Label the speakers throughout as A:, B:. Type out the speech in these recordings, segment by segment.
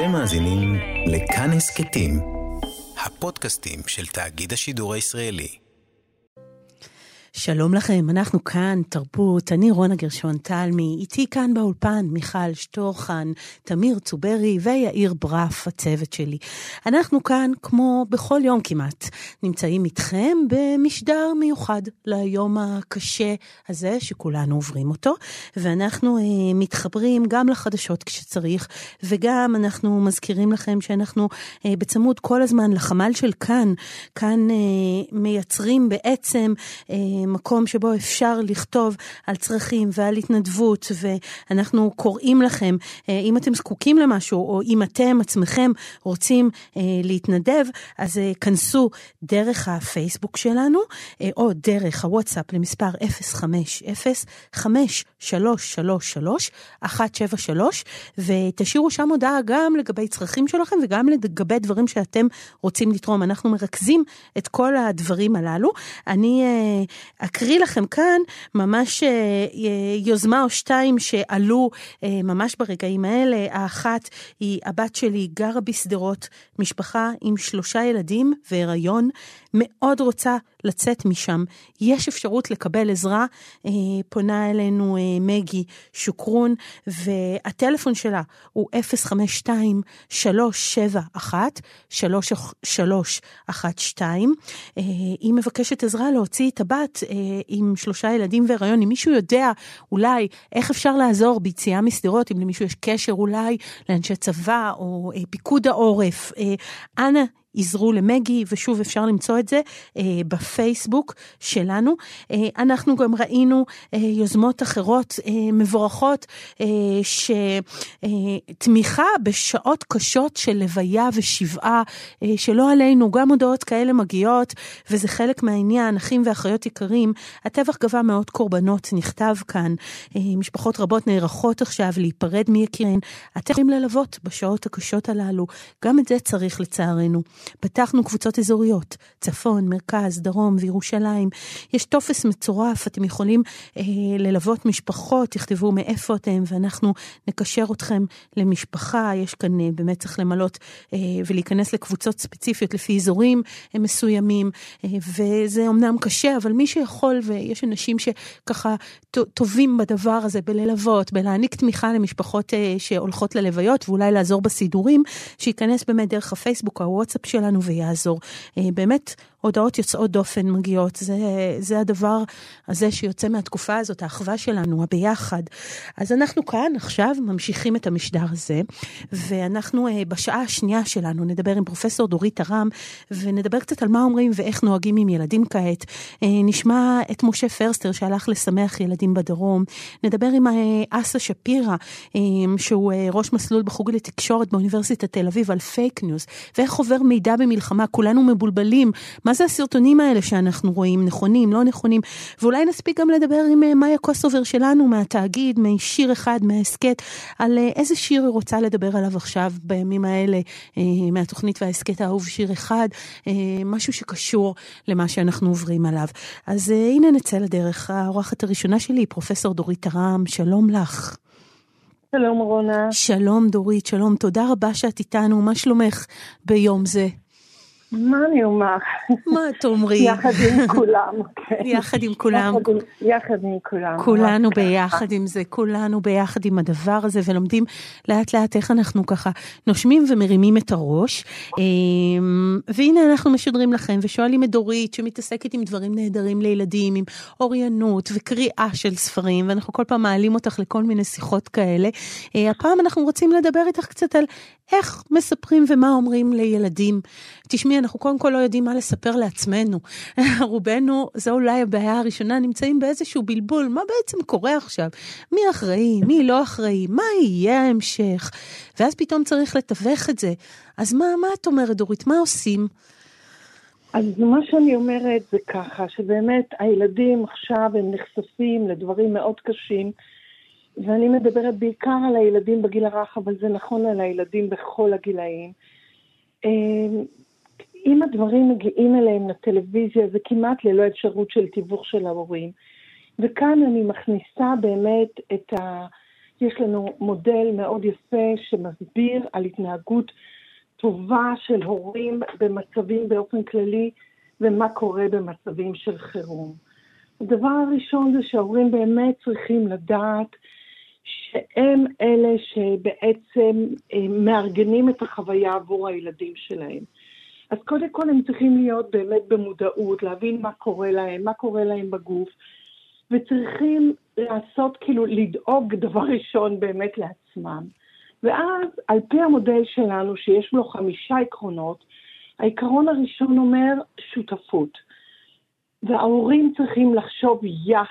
A: אתם מאזינים לכאן הסכתים, הפודקאסטים של תאגיד השידור הישראלי.
B: שלום לכם, אנחנו כאן, תרבות, אני רונה גרשון תלמי, איתי כאן באולפן, מיכל שטורחן, תמיר צוברי ויאיר ברף, הצוות שלי. אנחנו כאן, כמו בכל יום כמעט, נמצאים איתכם במשדר מיוחד ליום הקשה הזה שכולנו עוברים אותו, ואנחנו מתחברים גם לחדשות כשצריך, וגם אנחנו מזכירים לכם שאנחנו בצמוד כל הזמן לחמ"ל של כאן מייצרים בעצם מקום שבו אפשר לכתוב על צרכים ועל התנדבות, ואנחנו קוראים לכם, אם אתם זקוקים למשהו, או אם אתם עצמכם רוצים להתנדב, אז כנסו דרך הפייסבוק שלנו, או דרך הוואטסאפ למספר 050-5333-173, ותשאירו שם הודעה גם לגבי צרכים שלכם, וגם לגבי דברים שאתם רוצים לתרום. אנחנו מרכזים את כל הדברים הללו. אני אקריא לכם כאן ממש יוזמה או שתיים שעלו ממש ברגעים האלה. האחת היא הבת שלי גרה בסדרות, משפחה עם 3 ילדים והיריון, מאוד רוצה לצאת משם, יש אפשרות לקבל עזרה, פונה אלינו מגי שוקרון, והטלפון שלה הוא 052-371-3312. היא מבקשת עזרה להוציא את הבת עם 3 ילדים והיריון. אם מישהו יודע אולי איך אפשר לעזור ביציאה מסדרות, אם למישהו יש קשר אולי לאנשי צבא או פיקוד העורף, אנא עזרו למגי, ושוב אפשר למצוא את זה בפייסבוק שלנו. אנחנו גם ראינו יוזמות אחרות מבורכות, שתמיכה בשעות קשות של לוויה ושבעה, שלא עלינו, גם הודעות כאלה מגיעות, וזה חלק מהעניין. אחים ואחיות יקרים, הטבח גבה מאוד קורבנות, נכתב כאן, משפחות רבות נערכות עכשיו להיפרד מיקיריהן, אתם יכולים ללוות בשעות הקשות הללו, גם את זה צריך לצערנו. פתחנו קבוצות אזוריות, צפון, מרכז, דרום וירושלים. יש טופס מצורף, אתם יכולים ללוות משפחות, תכתבו מאיפה אתם, ואנחנו נקשר אתכם למשפחה. יש כאן באמת צריך למלות ולהיכנס לקבוצות ספציפיות לפי אזורים מסוימים, וזה אומנם קשה, אבל מי שיכול, ויש אנשים שככה טובים בדבר הזה, בללוות, בלהעניק תמיכה למשפחות שהולכות ללוויות, ואולי לעזור בסידורים, שיכנס באמת דרך הפייסבוק, הוואטסאפ שלנו ויעזור. באמת הודעות יוצאות דופן מגיעות, זה הדבר הזה שיוצא מהתקופה הזאת, האחווה שלנו, הביחד. אז אנחנו כאן עכשיו ממשיכים את המשדר הזה, ואנחנו בשעה השנייה שלנו נדבר עם פרופסור דורית הרם, ונדבר קצת על מה אומרים ואיך נוהגים עם ילדים כעת. נשמע את משה פרסטר שהלך לשמח ילדים בדרום, נדבר עם אסה שפירה, שהוא ראש מסלול בחוג לתקשורת באוניברסיטת תל אביב, על פייק ניוז, ואיך עובר מידע במלחמה, כולנו מבולבלים, מה זה הסרטונים האלה שאנחנו רואים, נכונים, לא נכונים, ואולי נספיק גם לדבר עם מאיה קוסובר שלנו מהתאגיד, משיר אחד, מהעסקת, על איזה שיר היא רוצה לדבר עליו עכשיו בימים האלה, מהתוכנית והעסקת האהוב, שיר אחד, משהו שקשור למה שאנחנו עוברים עליו. אז הנה נצא לדרך. האורחת הראשונה שלי, פרופסור דורית הרם, שלום לך.
C: שלום רונה.
B: שלום דורית, שלום, תודה רבה שאת איתנו, מה שלומך ביום זה?
C: מה אני אומר?
B: מה את אומרי?
C: יחד עם כולם.
B: יחד עם כולם.
C: יחד עם כולם.
B: כולנו ביחד עם זה, כולנו ביחד עם הדבר הזה, ולומדים לאט לאט איך אנחנו ככה נושמים ומרימים את הראש. והנה אנחנו משדרים לכם ושואלים את דורית שמתעסקת עם דברים נהדרים לילדים, עם אוריינות וקריאה של ספרים, ואנחנו כל פעם מעלים אותך לכל מיני שיחות כאלה. הפעם אנחנו רוצים לדבר איתך קצת על איך מספרים ומה אומרים לילדים. תשמעי, אנחנו קודם כל לא יודעים מה לספר לעצמנו. רובנו, זו אולי הבעיה הראשונה, נמצאים באיזשהו בלבול. מה בעצם קורה עכשיו? מי אחראי? מי לא אחראי? מה יהיה ההמשך? ואז פתאום צריך לתווך את זה. אז מה את אומרת, דורית? מה עושים?
C: אז מה שאני אומרת זה ככה, שבאמת הילדים עכשיו הם נחשפים לדברים מאוד קשים, ואני מדברת בעיקר על הילדים בגיל הרך, אבל זה נכון על הילדים בכל הגילאים. אם הדברים מגיעים אליהם לטלוויזיה, זה כמעט ללא אפשרות של תיווך של ההורים. וכאן אני מכניסה באמת את יש לנו מודל מאוד יפה שמסביר על התנהגות טובה של הורים במצבים באופן כללי, ומה קורה במצבים של חירום. הדבר הראשון זה שההורים באמת צריכים לדעת שהם אלה שבעצם מארגנים את החוויה עבור הילדים שלהם. אז קודם כל הם צריכים להיות באמת במודעות, להבין מה קורה להם בגוף, וצריכים לעשות, כאילו לדאוג דבר ראשון באמת לעצמם. ואז על פי המודל שלנו שיש לו 5 עקרונות, העיקרון הראשון אומר שותפות. וההורים צריכים לחשוב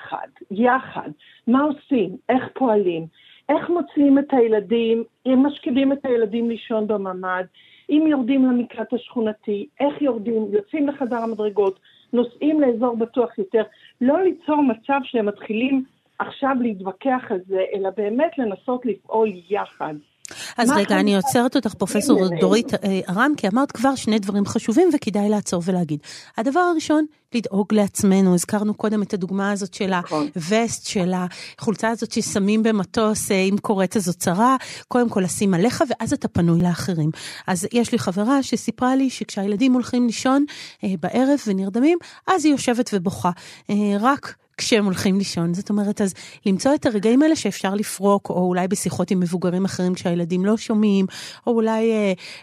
C: יחד, מה עושים, איך פועלים, איך מוציאים את הילדים, אם משכיבים את הילדים לישון בממד, אם יורדים למקלט השכונתי, איך יוצאים לחדר המדרגות, נוסעים לאזור בטוח יותר, לא ליצור מצב שהם מתחילים עכשיו להתווכח על זה, אלא באמת לנסות לפעול יחד.
B: אז רגע, אני עוצרת אותך פרופסור דורית ארם, כי אמרת כבר 2 דברים חשובים וכדאי לעצור ולהגיד. הדבר הראשון, לדאוג לעצמנו. הזכרנו קודם את הדוגמה הזאת של הווסט, של החולצה הזאת ששמים במטוס, אם קוראת איזו צרה, קודם כל לשים עליך ואז אתה פנוי לאחרים. אז יש לי חברה שסיפרה לי שכשהילדים הולכים לישון בערב ונרדמים, אז היא יושבת ובוכה. רק כשהם הולכים לישון. זאת אומרת, אז למצוא את הרגעים האלה שאפשר לפרוק, או אולי בשיחות עם מבוגרים אחרים כשהילדים לא שומעים, או אולי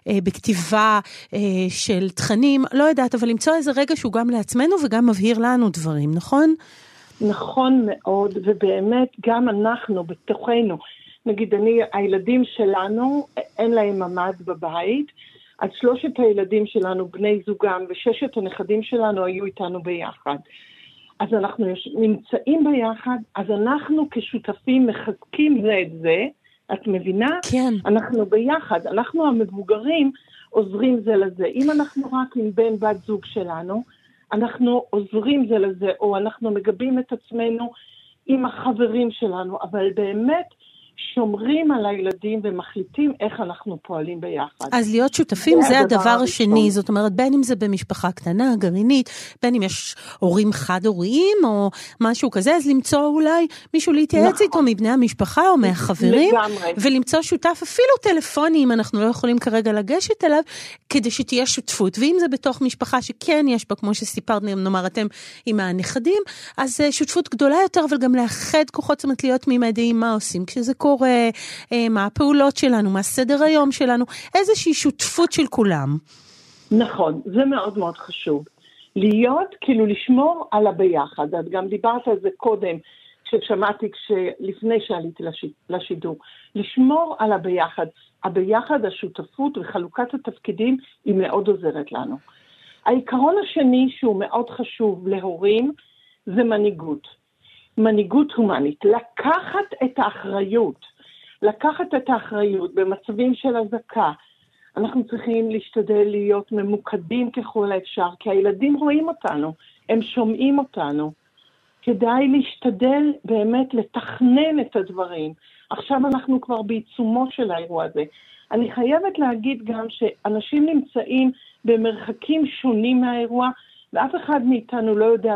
B: בכתיבה של תכנים, לא יודעת, אבל למצוא איזה רגע שהוא גם לעצמנו וגם מבהיר לנו דברים, נכון?
C: נכון מאוד, ובאמת גם אנחנו בתוכנו, נגיד הילדים שלנו, אין להם ממ"ד בבית, אז 3 הילדים שלנו, בני זוגם, ו6 הנכדים שלנו היו איתנו ביחד. אז אנחנו נמצאים ביחד, אז אנחנו כשותפים מחזקים זה את זה, את מבינה?
B: כן.
C: אנחנו ביחד, אנחנו המבוגרים עוזרים זה לזה. אם אנחנו רק עם בן בת זוג שלנו, אנחנו עוזרים זה לזה, או אנחנו מגבים את עצמנו עם החברים שלנו, אבל באמת שומרים על הילדים ומחליטים איך אנחנו פועלים ביחד.
B: אז להיות שותפים זה הדבר השני, זאת אומרת, בין אם זה במשפחה קטנה, גרעינית, בין אם יש הורים חד-הוריים או משהו כזה, אז למצוא אולי מישהו להתייעץ איתו מבני המשפחה או מהחברים, ולמצוא שותף אפילו טלפוני, אם אנחנו לא יכולים כרגע לגשת אליו, כדי שתהיה שותפות. ואם זה בתוך משפחה שכן יש בה, כמו שסיפרת, נאמר אתם עם הנכדים, אז שותפות גדולה יותר, אבל גם לאחד כוחות, זאת אומרת, להיות תמימי מה עושים כשזה קורה, מה הפעולות שלנו, מה סדר היום שלנו, איזושהי שותפות של כולם.
C: נכון, זה מאוד מאוד חשוב. להיות, כאילו לשמור על הביחד. את גם דיברת על זה קודם, כששמעתי לפני שעליתי לשידור. לשמור על הביחד. הביחד, השותפות וחלוקת התפקידים היא מאוד עוזרת לנו. העיקרון השני שהוא מאוד חשוב להורים, זה מנהיגות. מנהיגות הומנית, לקחת את האחריות במצבים של הזקה. אנחנו צריכים להשתדל להיות ממוקדים ככל האפשר, כי הילדים רואים אותנו, הם שומעים אותנו. כדאי להשתדל באמת לתכנן את הדברים. עכשיו אנחנו כבר בעיצומו של האירוע הזה. אני חייבת להגיד גם שאנשים נמצאים במרחקים שונים מהאירוע, ואף אחד מאיתנו לא יודע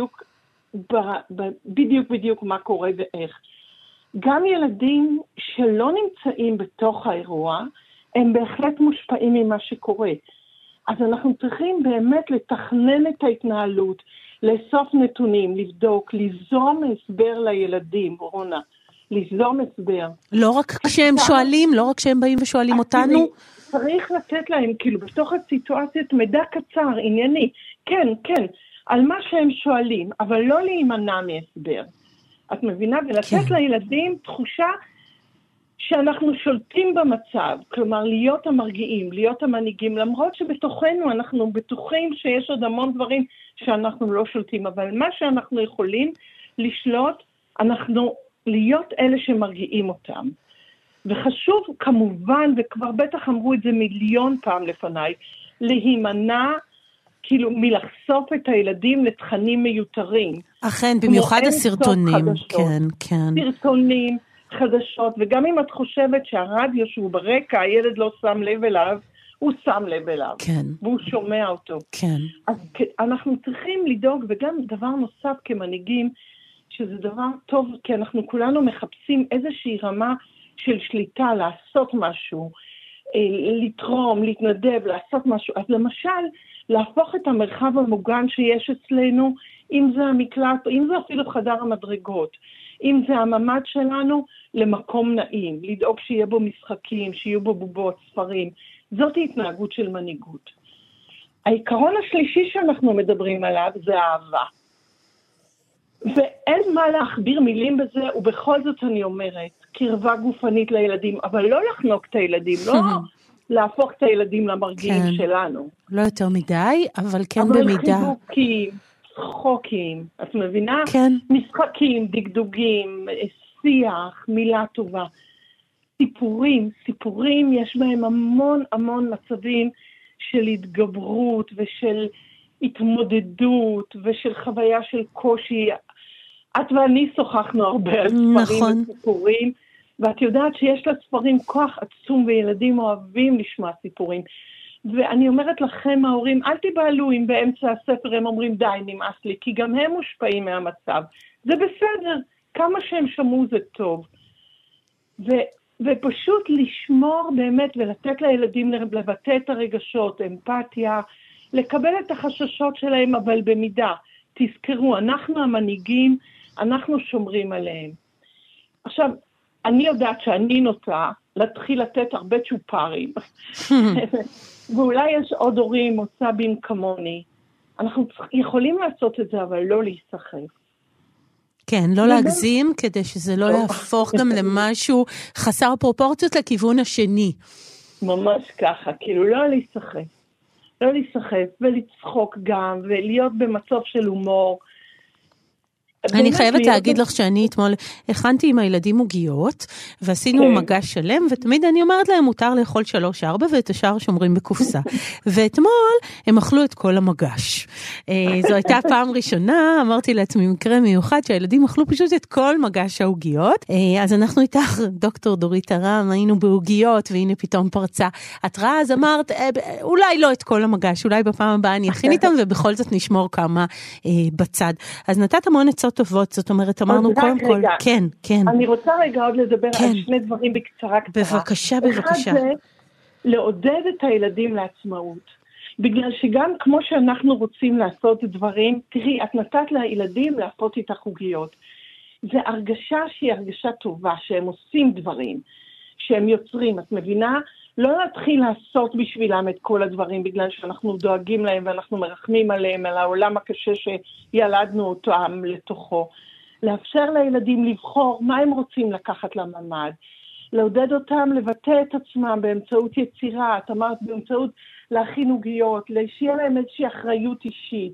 C: בדיוק מה קורה ואיך. גם ילדים שלא נמצאים בתוך האירוע, הם בהחלט מושפעים ממה שקורה. אז אנחנו צריכים באמת לתכנן את ההתנהלות, לאסוף נתונים, לבדוק, ליזום הסבר לילדים, רונה, ליזום הסבר.
B: לא רק כשהם שואלים, לא רק כשהם באים ושואלים אותנו?
C: צריך לתת להם, כאילו, בתוך הסיטואציות מידע קצר, ענייני, כן, על מה שהם שואלים, אבל לא להימנע מהסבר. את מבינה? ולתת לילדים תחושה שאנחנו שולטים במצב, כלומר להיות המרגיעים, להיות המנהיגים, למרות שבתוכנו אנחנו בטוחים שיש עוד המון דברים שאנחנו לא שולטים, אבל מה שאנחנו יכולים לשלוט, אנחנו להיות אלה שמרגיעים אותם. וחשוב כמובן, וכבר בטח אמרו את זה 1,000,000 פעם לפניי, להימנע כאילו מלחשוף את הילדים לתכנים מיותרים.
B: אכן, במיוחד הסרטונים. כן.
C: סרטונים, חדשות, וגם אם את חושבת שהרדיו שהוא ברקע, הילד לא שם לב אליו, הוא שם לב אליו.
B: כן.
C: והוא שומע אותו.
B: כן.
C: אז אנחנו צריכים לדאוג, וגם דבר נוסף כמנהיגים, שזה דבר טוב, כי אנחנו כולנו מחפשים איזושהי רמה של שליטה, לעשות משהו, לתרום, להתנדב, לעשות משהו. אז למשל, להפוך את המרחב המוגן שיש אצלנו, אם זה המקלט, אם זה אפילו חדר המדרגות, אם זה הממד שלנו, למקום נעים, לדאוג שיהיה בו משחקים, שיהיו בו בובות, ספרים. זאת התנהגות של מנהיגות. העיקרון השלישי שאנחנו מדברים עליו זה אהבה. ואין מה להכביר מילים בזה, ובכל זאת אני אומרת, קרבה גופנית לילדים, אבל לא לחנוק את הילדים, לא להפוך את הילדים למרגיעים שלנו.
B: לא יותר מדי, אבל כן במידה.
C: אבל חיבוקים, צחוקים, את מבינה?
B: כן.
C: משחקים, דגדוגים, שיח, מילה טובה. סיפורים, יש בהם המון מצבים של התגברות ושל התמודדות ושל חוויה של קושי. את ואני שוחחנו הרבה על ספרים וסיפורים, ואת יודעת שיש לספרים כוח עצום וילדים אוהבים לשמוע סיפורים. ואני אומרת לכם ההורים, אל תיבהלו אם באמצע הספר הם אומרים די נמאס לי, כי גם הם מושפעים מהמצב. זה בסדר, כמה שהם שמעו זה טוב. ופשוט לשמור באמת ולתת לילדים לבטא את הרגשות, אמפתיה, לקבל את החששות שלהם, אבל במידה. תזכרו, אנחנו המנהיגים, אנחנו שומרים עליהם. עכשיו, אני יודעת שאני נוטה להתחיל לתת הרבה צ'ופרים, ואולי יש עוד הורים או סבים כמוני. אנחנו יכולים לעשות את זה, אבל לא להיסחף.
B: כן, לא להגזים, כדי שזה לא יהפוך גם למשהו חסר פרופורציות לכיוון השני.
C: ממש ככה, כאילו לא להיסחף. לא להיסחף ולצחוק גם, ולהיות במצב של הומור.
B: אני חייבת להגיד לך שאני אתמול הכנתי עם הילדים עוגיות, ועשינו מגש שלם, ותמיד אני אומרת להם, מותר לאכול 3-4, ואת השאר שומרים בקופסה. ואתמול הם אכלו את כל המגש. זו הייתה פעם ראשונה, אמרתי לעצמי מקרה מיוחד, שהילדים אכלו פשוט את כל מגש העוגיות. אז אנחנו איתך, דוקטור דורית הרם, היינו בעוגיות, והנה פתאום פרצה התראה, אז אמרת, אולי לא את כל המגש, אולי בפעם הבאה אני אכין איתם, ובכל זאת נשמור כמה בצד. אז נתת המון עצות טובות, זאת אומרת, אמרנו קודם כל, כן.
C: אני רוצה רגע עוד לדבר על שני דברים בקצרה.
B: בבקשה.
C: אחד זה לעודד את הילדים לעצמאות. בגלל שגם כמו שאנחנו רוצים לעשות דברים, תראי, את נתת לילדים לעשות איתך עוגיות. זה הרגשה שהיא הרגשה טובה, שהם עושים דברים, שהם יוצרים, את מבינה? לא להתחיל לעשות בשבילם את כל הדברים, בגלל שאנחנו דואגים להם ואנחנו מרחמים עליהם, על העולם הקשה שילדנו אותם לתוכו. לאפשר לילדים לבחור מה הם רוצים לקחת לממד. לעודד אותם לבטא את עצמם באמצעות יצירה, את אמרת באמצעות להכין עוגיות, שיהיה להם איזושהי אחריות אישית.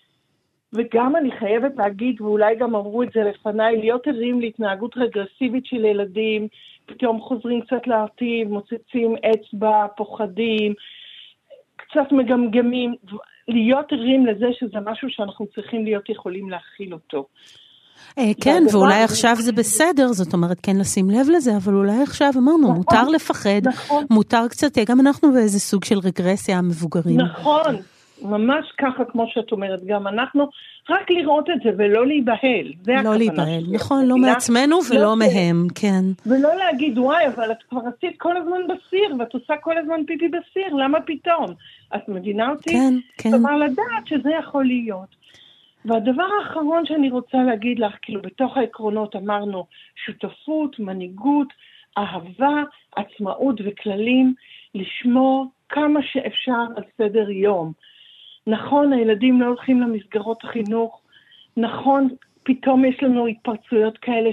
C: וגם אני חייבת להגיד, ואולי גם אמרו את זה לפניי, להיות ערים להתנהגות רגרסיבית של ילדים, פתאום חוזרים קצת להרטיב, מוצצים אצבע, פוחדים, קצת מגמגמים, להיות ערים לזה שזה משהו שאנחנו צריכים להיות יכולים להכיל אותו.
B: כן, ואולי עכשיו זה בסדר, זאת אומרת, כן לשים לב לזה, אבל אולי עכשיו אמרנו, מותר לפחד, מותר קצת, גם אנחנו באיזה סוג של רגרסיה המבוגרים.
C: נכון, ממש ככה כמו שאת אומרת, גם אנחנו, רק לראות את זה ולא להיבהל.
B: לא להיבהל, נכון, לא מעצמנו ולא מהם, כן.
C: ולא להגיד, וואי, אבל את כבר עשית כל הזמן בסיר, ואת עושה כל הזמן פיפי בסיר, למה פתאום? את מבינה אותי?
B: כן.
C: כלומר, לדעת שזה יכול להיות. והדבר האחרון שאני רוצה להגיד לך, כאילו בתוך העקרונות אמרנו, שותפות, מנהיגות, אהבה, עצמאות וכללים, לשמור כמה שאפשר על סדר יום. נכון, הילדים לא הולכים למסגרות החינוך, נכון, פתאום יש לנו התפרצויות כאלה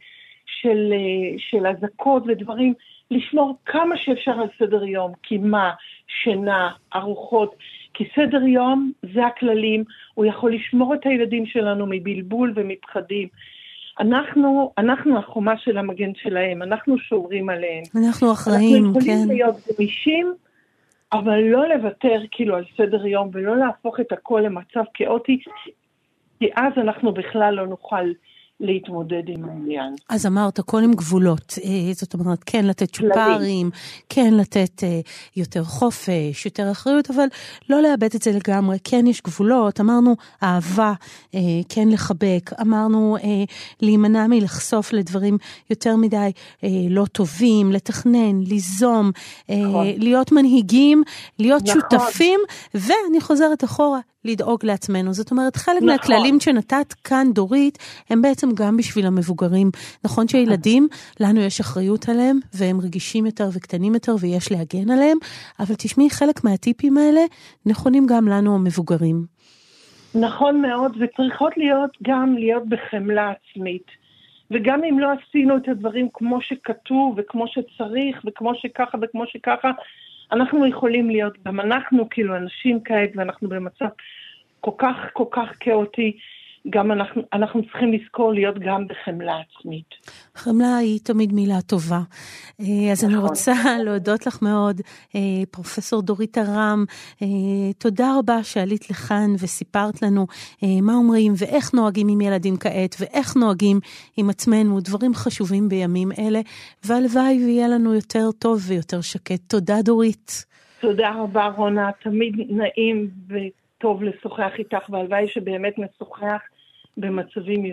C: של הזקות ודברים, לשמור כמה שאפשר על סדר יום, קימה, שינה, ארוחות, כי סדר יום זה הכללים, הוא יכול לשמור את הילדים שלנו מבלבול ומפחדים. אנחנו החומה של המגן שלהם, אנחנו שומרים עליהם.
B: אנחנו אחראים,
C: אנחנו יכולים
B: כן.
C: להיות גמישים, אבל לא לוותר כאילו על סדר יום, ולא להפוך את הכל למצב כאוטי, כי אז אנחנו בכלל לא נוכל להתמודד עם העניין.
B: אז אמרת, הכל עם גבולות, זאת אומרת, כן לתת צ'ופרים, כן לתת יותר חופש, יותר אחריות, אבל לא לאבד את זה לגמרי, כן יש גבולות, אמרנו אהבה, כן לחבק, אמרנו להימנע מלחשוף לדברים יותר מדי לא טובים, לתכנן, ליזום, להיות מנהיגים, להיות שותפים, ואני חוזרת אחורה, לדאוג לעצמנו. זאת אומרת, חלק מהכללים שנתת כאן, דורית, הם בעצם גם בשביל המבוגרים. נכון שילדים, לנו יש אחריות עליהם, והם רגישים יותר וקטנים יותר, ויש להגן עליהם, אבל תשמעי, חלק מהטיפים האלה נכונים גם לנו המבוגרים.
C: נכון מאוד, וצריכות להיות בחמלה עצמית. וגם אם לא עשינו את הדברים כמו שכתוב, וכמו שצריך, וכמו שככה וכמו שככה, אנחנו יכולים להיות, גם אנחנו כאילו אנשים כעת, ואנחנו במצב כל כך כאוטי, גם אנחנו צריכים לזכור להיות גם בחמלה עצמית.
B: חמלה היא תמיד מילה טובה. אז אני רוצה להודות לך מאוד, פרופסור דורית ארם, תודה רבה שעלית לכאן וסיפרת לנו מה אומרים ואיך נוהגים עם ילדים כעת, ואיך נוהגים עם עצמנו, דברים חשובים בימים אלה, והלוואי ויהיה לנו יותר טוב ויותר שקט. תודה דורית.
C: תודה רבה רונה, תמיד נעים וטוב לשוחח איתך, והלוואי שבאמת נשוחח במצבים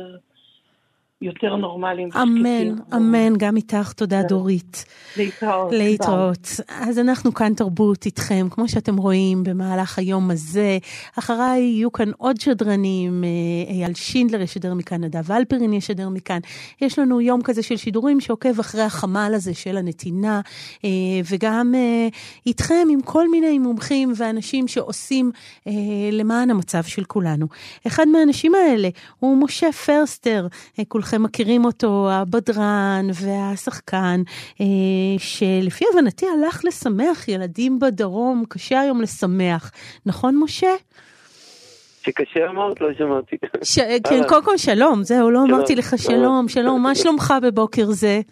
C: יותר נורמליים.
B: אמן, אמן, גם איתך, תודה דורית.
C: להתראות.
B: אז אנחנו כאן תרבות איתכם, כמו שאתם רואים במהלך היום הזה. אחריי יהיו כאן עוד שדרנים, אייל שינדלר ישדר מכאן, נדב אלפרין ישדר מכאן. יש לנו יום כזה של שידורים שעוקב אחרי החמ"ל הזה של הנתינה, וגם איתכם עם כל מיני מומחים ואנשים שעושים למען המצב של כולנו. אחד מהאנשים האלה הוא משה פרסטר, כולכם מכירים אותו, הבדרן והשחקן, שלפי הבנתי הלך לשמח ילדים בדרום, קשה היום לשמח. נכון, משה?
D: שקשה אמרת? לא שמעתי.
B: כן, קודם כל שלום, זהו, לא אמרתי לך שלום, שלום, מה שלומך בבוקר זה?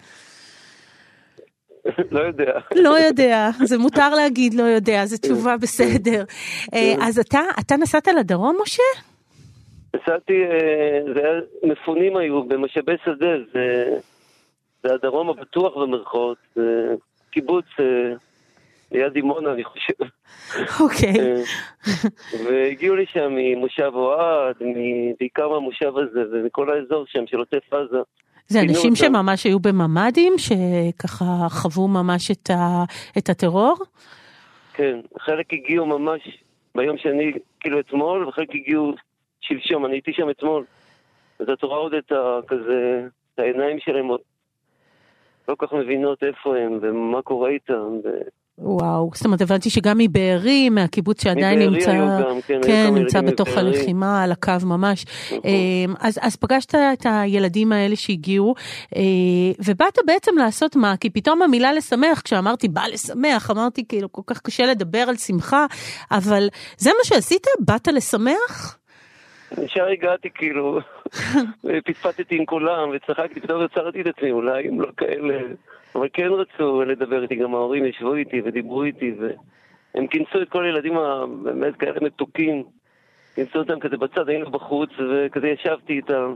D: לא יודע.
B: לא יודע, זה מותר להגיד לא יודע, זו תשובה בסדר. אז אתה נסעת לדרום, משה?
D: נסעתי, מפונים היו במשאבי שדה, זה הדרום הבטוח במרכאות, קיבוץ ליד דימונה אני חושב.
B: אוקיי.
D: והגיעו לי שם ממושב אוהד, בעיקר מהמושב הזה ומכל האזור שם של עוטף עזה.
B: זה אנשים שממש היו בממדים, שככה חוו ממש את הטרור? כן,
D: חלק הגיעו ממש ביום שאני, כאילו אתמול, וחלק הגיעו שלשום, אני הייתי שם אתמול. אז את רואה עוד את העיניים שלהם לא כל כך מבינות איפה הם, ומה קורה איתם.
B: וואו, זאת אומרת, הבנתי שגם מבארי, מהקיבוץ שעדיין נמצא, כן, נמצא בתוך הלחימה, על הקו ממש. אז פגשת את הילדים האלה שהגיעו, ובאת בעצם לעשות מה? כי פתאום המילה לשמח, כשאמרתי בא לשמח, אמרתי כאילו כל כך קשה לדבר על שמחה, אבל זה מה שעשית? באת לשמח?
D: נשאר הגעתי כאילו, ופטפטתי עם כולם, וצחקתי, פתאום יצרתי את עצמי, אולי הם לא כאלה, אבל כן רצו לדבר איתי, גם ההורים ישבו איתי ודיברו איתי, והם כינסו את כל הילדים באמת כאלה מתוקים, כינסו אותם כזה בצד, היינו בחוץ, וכזה ישבתי איתם,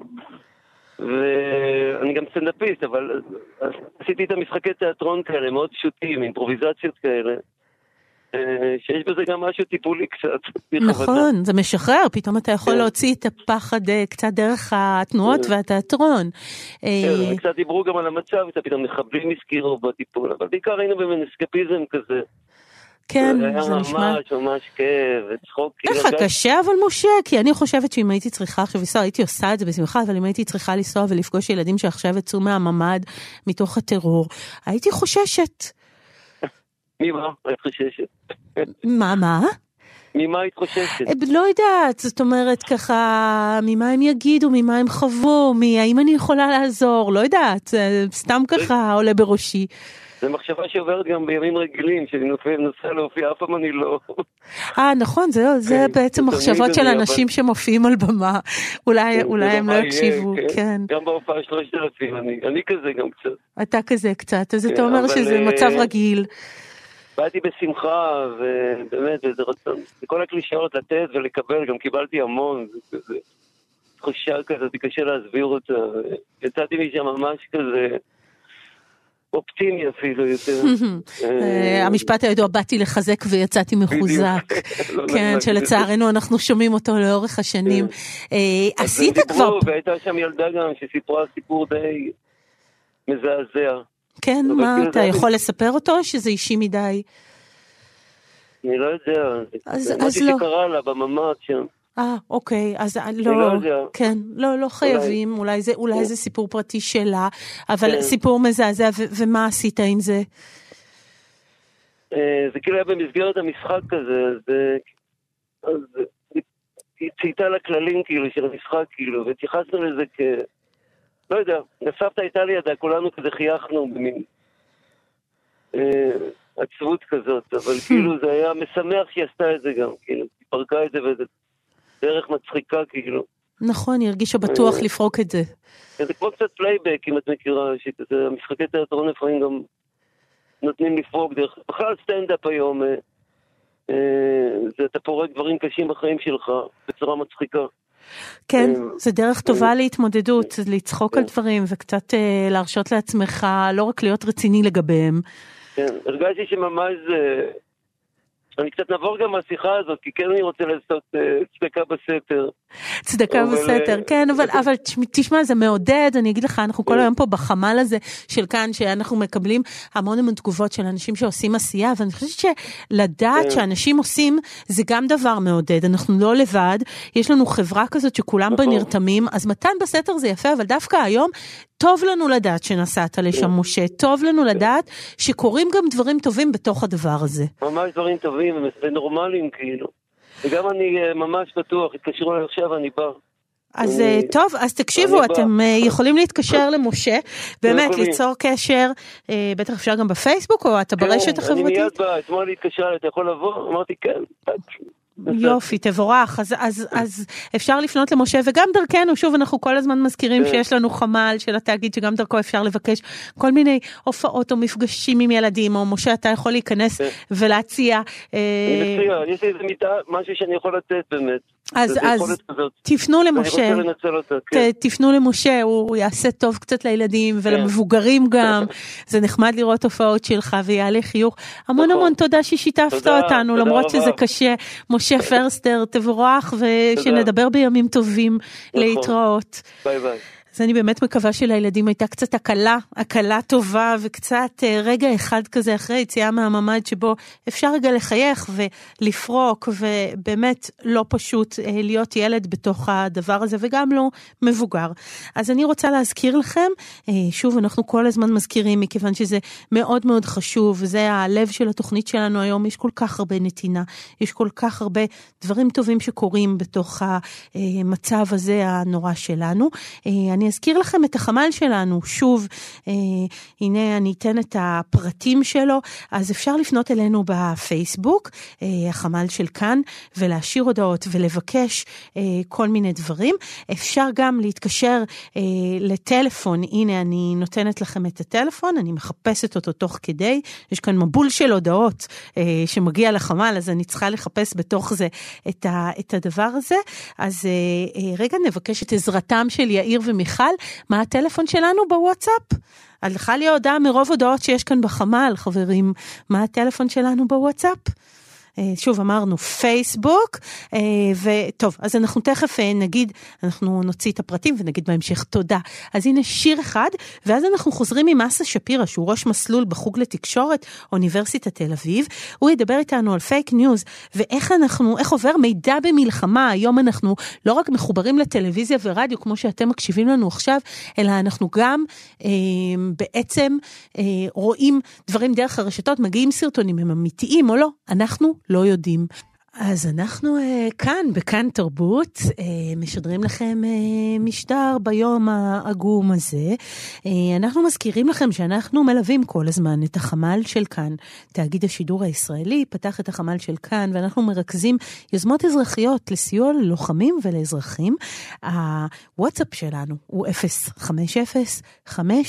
D: ואני גם סטנדאפיסט, אבל עשיתי איתם משחקי תיאטרון כאלה, מאוד פשוטים, אימפרוביזציות כאלה, שיש בזה גם משהו טיפולי קצת.
B: נכון, זה משחרר, פתאום אתה יכול להוציא את הפחד קצת דרך התנועות והתיאטרון.
D: קצת דיברו גם על המצב, פתאום מחבלים הזכירו בטיפול, אבל בעיקר היינו במסקפיזם כזה.
B: כן, זה נשמע.
D: ממש כאב וצחוק.
B: איך קשה אבל משה, כי אני חושבת שאם הייתי צריכה עכשיו לנסוע, הייתי עושה את זה בשמחה, אבל אם הייתי צריכה לנסוע ולפגוש ילדים שעכשיו יצאו מהממד מתוך הטרור, הייתי חוששת.
D: ממה? היית חוששת?
B: מה?
D: ממה היית חוששת?
B: לא יודעת, זאת אומרת ככה, ממה הם יגידו, ממה הם חוו, האם אני יכולה לעזור, לא יודעת, סתם ככה עולה בראשי.
D: זה מחשבה שעוברת גם בימים רגילים, שאני נוסע להופיע, אף פעם אני לא...
B: נכון, זה בעצם מחשבות של אנשים שמופיעים על במה, אולי הם לא יקשיבו, כן.
D: גם בהופעה 3,000, אני כזה גם קצת.
B: אתה כזה קצת, אז אתה אומר שזה מצב רגיל.
D: באתי בשמחה, ובאמת, וזה רצון. כל הקלישאות לתת ולקבל, גם קיבלתי המון, תחושה כזאת, קשה להסביר אותה. יצאתי משם ממש כזה אופטימי אפילו יותר.
B: המשפט הידוע, באתי לחזק ויצאתי מחוזק. כן, שלצערנו אנחנו שומעים אותו לאורך השנים. עשית כבר...
D: והייתה שם ילדה גם שסיפרה סיפור די מזעזע.
B: כן, מה, אתה יכול לספר אותו שזה אישי מדי?
D: אני לא יודע.
B: אז
D: לא. שקרה לה בממ"ד שם.
B: אוקיי, אז לא, כן, לא חייבים, אולי זה סיפור פרטי שלה, אבל סיפור מזעזע, ומה עשית עם זה?
D: זה כאילו היה במסגרת המשחק כזה, אז היא צייתה לכללים כאילו של המשחק כאילו, והתייחסנו לזה לא יודע, הסבתא הייתה לידה, כולנו כזה חייכנו במין עצבות כזאת, אבל כאילו זה היה משמח שהיא עשתה את זה גם, כאילו, היא פרקה את זה וזה דרך מצחיקה כאילו.
B: נכון, היא הרגישה בטוח לפרוק את זה.
D: זה כמו קצת פלייבק, אם את מכירה, המשחקי תיאטרון לפעמים גם נותנים לפרוק דרך, בכלל סטנדאפ היום, אתה פורק דברים קשים בחיים שלך בצורה מצחיקה.
B: כן, זה דרך טובה להתמודדות, לצחוק על דברים וקצת להרשות לעצמך, לא רק להיות רציני לגביהם.
D: כן, הרגשתי שממש אני קצת נעבור גם מהשיחה הזאת, כי כן אני רוצה לעשות צדקה בסתר.
B: צדקה בסתר, כן, אבל תשמע, זה מעודד, אני אגיד לך, אנחנו כל היום פה בחמל הזה של כאן, שאנחנו מקבלים המון תגובות של אנשים שעושים עשייה, ואני חושבת שלדעת שאנשים עושים, זה גם דבר מעודד, אנחנו לא לבד, יש לנו חברה כזאת שכולם בה נרתמים, אז מתן בסתר זה יפה, אבל דווקא היום, טוב לנו לדעת שנסעת לשם משה, טוב לנו לדעת שקורים גם דברים טובים בתוך הדבר הזה.
D: ממש דברים טובים ונורמליים כאילו. וגם אני ממש בטוח, התקשרו לי עכשיו, אני בא.
B: אז טוב, אז תקשיבו, אתם יכולים להתקשר למשה, באמת ליצור קשר, בטח אפשר גם בפייסבוק, או אתה ברשת החברתית?
D: אני מיד בא, אתמול להתקשר, אתה יכול לבוא? אמרתי כן,
B: יופי, תבורך, אז אפשר לפנות למשה, וגם דרכנו, שוב, אנחנו כל הזמן מזכירים שיש לנו חמ"ל של התאגיד, שגם דרכו אפשר לבקש כל מיני הופעות או מפגשים עם ילדים, או משה, אתה יכול להיכנס ולהציע.
D: אני מציע, יש איזה משהו שאני יכול לתת באמת.
B: אז תפנו למשה, תפנו למשה, הוא יעשה טוב קצת לילדים ולמבוגרים גם, זה נחמד לראות הופעות שלך ויעלה חיוך. המון תודה ששיתפת אותנו, למרות שזה קשה. משה פרסטר, תבורך, ושנדבר בימים טובים להתראות.
D: ביי ביי.
B: אז אני באמת מקווה שלילדים הייתה קצת הקלה טובה, וקצת רגע אחד כזה אחרי יציאה מהממ"ד, שבו אפשר רגע לחייך ולפרוק, ובאמת לא פשוט להיות ילד בתוך הדבר הזה, וגם לא מבוגר. אז אני רוצה להזכיר לכם, שוב אנחנו כל הזמן מזכירים, מכיוון שזה מאוד מאוד חשוב, וזה הלב של התוכנית שלנו היום, יש כל כך הרבה נתינה, יש כל כך הרבה דברים טובים שקורים בתוך המצב הזה הנורא שלנו. אני אזכיר לכם את החמ"ל שלנו, שוב, הנה אני אתן את הפרטים שלו, אז אפשר לפנות אלינו בפייסבוק, החמ"ל של כאן, ולהשאיר הודעות ולבקש כל מיני דברים. אפשר גם להתקשר לטלפון, הנה אני נותנת לכם את הטלפון, אני מחפשת אותו תוך כדי, יש כאן מבול של הודעות שמגיע לחמ"ל, אז אני צריכה לחפש בתוך זה את הדבר הזה, אז רגע נבקש את עזרתם של יאיר ומיכל, מה הטלפון שלנו בוואטסאפ? הלכה לי הודעה מרוב הודעות שיש כאן בחמ"ל, חברים, מה הטלפון שלנו בוואטסאפ? שוב אמרנו פייסבוק, וטוב, אז אנחנו תכף נגיד, אנחנו נוציא את הפרטים ונגיד בהמשך תודה. אז הנה שיר אחד, ואז אנחנו חוזרים עם אסא שפירא, שהוא ראש מסלול בחוג לתקשורת, אוניברסיטת תל אביב, הוא ידבר איתנו על פייק ניוז, ואיך עובר מידע במלחמה, היום אנחנו לא רק מחוברים לטלוויזיה ורדיו, כמו שאתם מקשיבים לנו עכשיו, אלא אנחנו גם בעצם רואים דברים דרך הרשתות, מגיעים סרטונים, הם אמיתיים או לא, אנחנו לא יודעים. אז אנחנו כאן, בכאן תרבות, משדרים לכם משדר ביום העגום הזה. אנחנו מזכירים לכם שאנחנו מלווים כל הזמן את החמ"ל של כאן. תאגיד השידור הישראלי פתח את החמ"ל של כאן, ואנחנו מרכזים יוזמות אזרחיות לסיוע ללוחמים ולאזרחים. הוואטסאפ שלנו הוא 050-5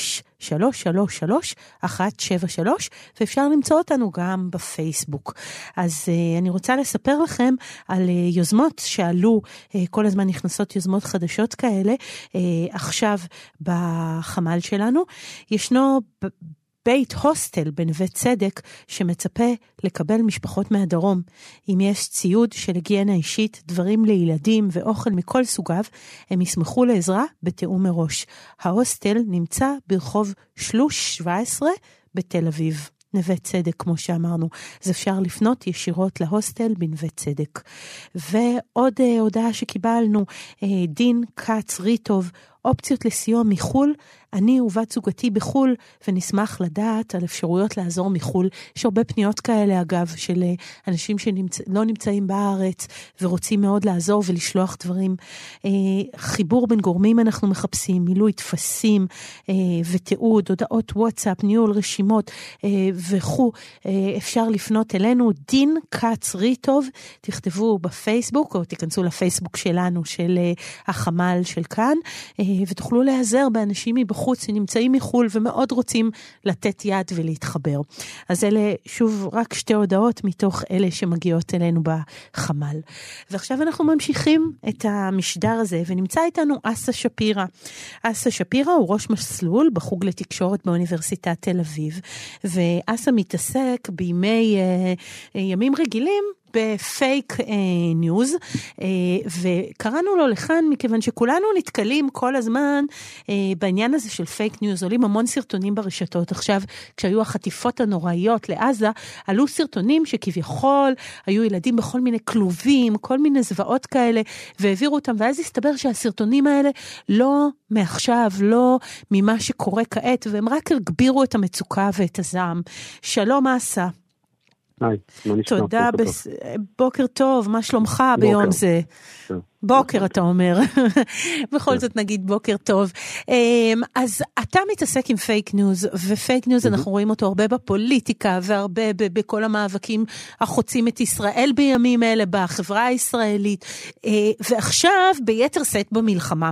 B: ואפשר למצוא אותנו גם בפייסבוק. אז אני רוצה לספר לכם על יוזמות שעלו, כל הזמן נכנסות יוזמות חדשות כאלה, עכשיו בחמ"ל שלנו. ישנו בית הוסטל בנווה צדק שמצפה לקבל משפחות מהדרום. אם יש ציוד של היגיינה אישית, דברים לילדים ואוכל מכל סוגיו, הם ישמחו לעזרה בתיאום מראש. ההוסטל נמצא ברחוב שלוש 17 בתל אביב. נווה צדק, כמו שאמרנו. אז אפשר לפנות ישירות להוסטל בנווה צדק. ועוד הודעה שקיבלנו, דין קץ ריטוב, אופציות לסיוע מחול. אני ובת זוגתי בחול, ונשמח לדעת על אפשרויות לעזור מחול. יש הרבה פניות כאלה, אגב, של אנשים שלא נמצאים בארץ, ורוצים מאוד לעזור ולשלוח דברים. חיבור בין גורמים אנחנו מחפשים, מילוי תפסים ותיעוד, הודעות וואטסאפ, ניהול רשימות וכו'. אפשר לפנות אלינו, דין קץ ריטוב, תכתבו בפייסבוק, או תיכנסו לפייסבוק שלנו, של החמ"ל של כאן, ותוכלו להיעזר באנשים מבחוץ שנמצאים מחול ומאוד רוצים לתת יד ולהתחבר. אז אלה שוב רק שתי הודעות מתוך אלה שמגיעות אלינו בחמ"ל. ועכשיו אנחנו ממשיכים את המשדר הזה, ונמצא איתנו אסה שפירא. אסה שפירא הוא ראש מסלול בחוג לתקשורת באוניברסיטת תל אביב, ואסה מתעסק בימי ימים רגילים בפייק ניוז, וקראנו לו לכאן מכיוון שכולנו נתקלים כל הזמן בעניין הזה של פייק ניוז. עולים המון סרטונים ברשתות. עכשיו, כשהיו החטיפות הנוראיות לעזה, עלו סרטונים שכביכול היו ילדים בכל מיני כלובים, כל מיני זוועות כאלה, והעבירו אותם, ואז הסתבר שהסרטונים האלה לא מעכשיו, לא ממה שקורה כעת, והם רק הגבירו את המצוקה ואת הזעם. שלום אסה. תודה, בוקר טוב, מה שלומך ביום זה? בוקר אתה אומר, בכל זאת נגיד בוקר טוב. אז אתה מתעסק עם פייק ניוז, ופייק ניוז אנחנו רואים אותו הרבה בפוליטיקה, והרבה בכל המאבקים החוצים את ישראל בימים אלה, בחברה הישראלית, ועכשיו ביתר סט במלחמה.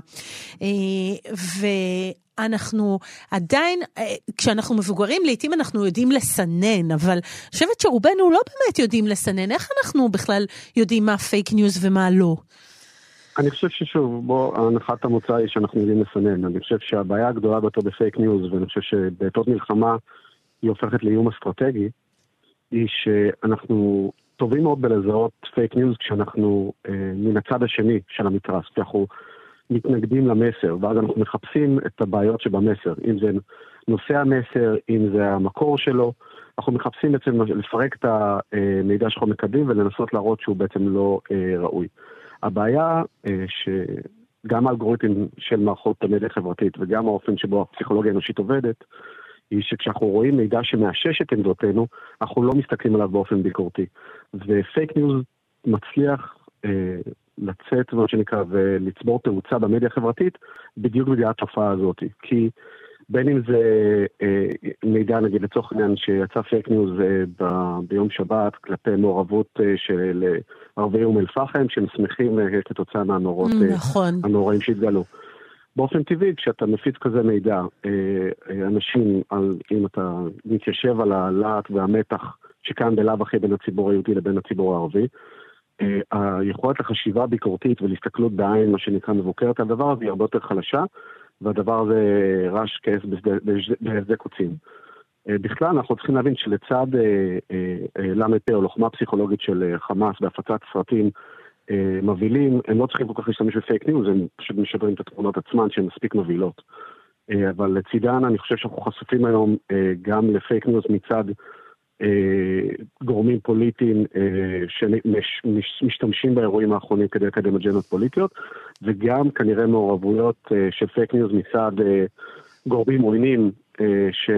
B: אנחנו עדיין, כשאנחנו מבוגרים, לעתים אנחנו יודעים לסנן, אבל אני חושבת שרובנו לא באמת יודעים לסנן. איך אנחנו בכלל יודעים מה פייק ניוז ומה לא?
E: אני חושב ששוב, הנחת המוצא היא שאנחנו יודעים לסנן. אני חושב שהבעיה הגדולה ביותר בפייק ניוז, ואני חושב שבעתות מלחמה היא הופכת לאיום אסטרטגי, היא שאנחנו טובים מאוד בלזהות פייק ניוז כשאנחנו מן הצד השני של המתרס, כי אנחנו מתנגדים למסר, ואז אנחנו מחפשים את הבעיות שבמסר, אם זה נושא המסר, אם זה המקור שלו, אנחנו מחפשים בעצם לפרק את המידע שאנחנו מקבלים ולנסות להראות שהוא בעצם לא ראוי. הבעיה שגם האלגוריתם של מערכות המדיה החברתית וגם האופן שבו הפסיכולוגיה האנושית עובדת, היא שכשאנחנו רואים מידע שמאשש את עמדותינו, אנחנו לא מסתכלים עליו באופן ביקורתי. ופייק ניוז מצליח לצאת, מה שנקרא, ולצבור תאוצה במדיה החברתית, בדיוק בגלל התופעה הזאת. כי בין אם זה מידע, נגיד לצורך העניין, שיצא פייק ניוז ביום שבת, כלפי מעורבות של ערבי אום אל-פחם, שמסמכים כתוצאה מהנורות הנוראים שהתגלו. באופן טבעי, כשאתה מפיץ כזה מידע, אנשים, אם אתה מתיישב על הלהט והמתח שכאן בלב אחי בין הציבור היהודי לבין הציבור הערבי, היכולת לחשיבה ביקורתית ולהסתכלות בעין, מה שנקרא מבוקרת, הדבר הזה היא הרבה יותר חלשה, והדבר הזה רש כעס בהסדה קוצים. בכלל, אנחנו צריכים להבין שלצד למ"פ או לוחמה פסיכולוגית של חמאס בהפצת סרטים מבהילים, הם לא צריכים כל כך להשתמש בפייק ניוז, הם פשוט משדרים את התמונות עצמן שהן מספיק מבהילות. אבל לצידן אני חושב שאנחנו חשופים היום גם לפייק ניוז מצד גורמים פוליטיים שמשתמשים באירועים האחרונים כדי לקדם אג'נדות פוליטיות, וגם כנראה מעורבויות של פייק ניוז מצד גורמים עוינים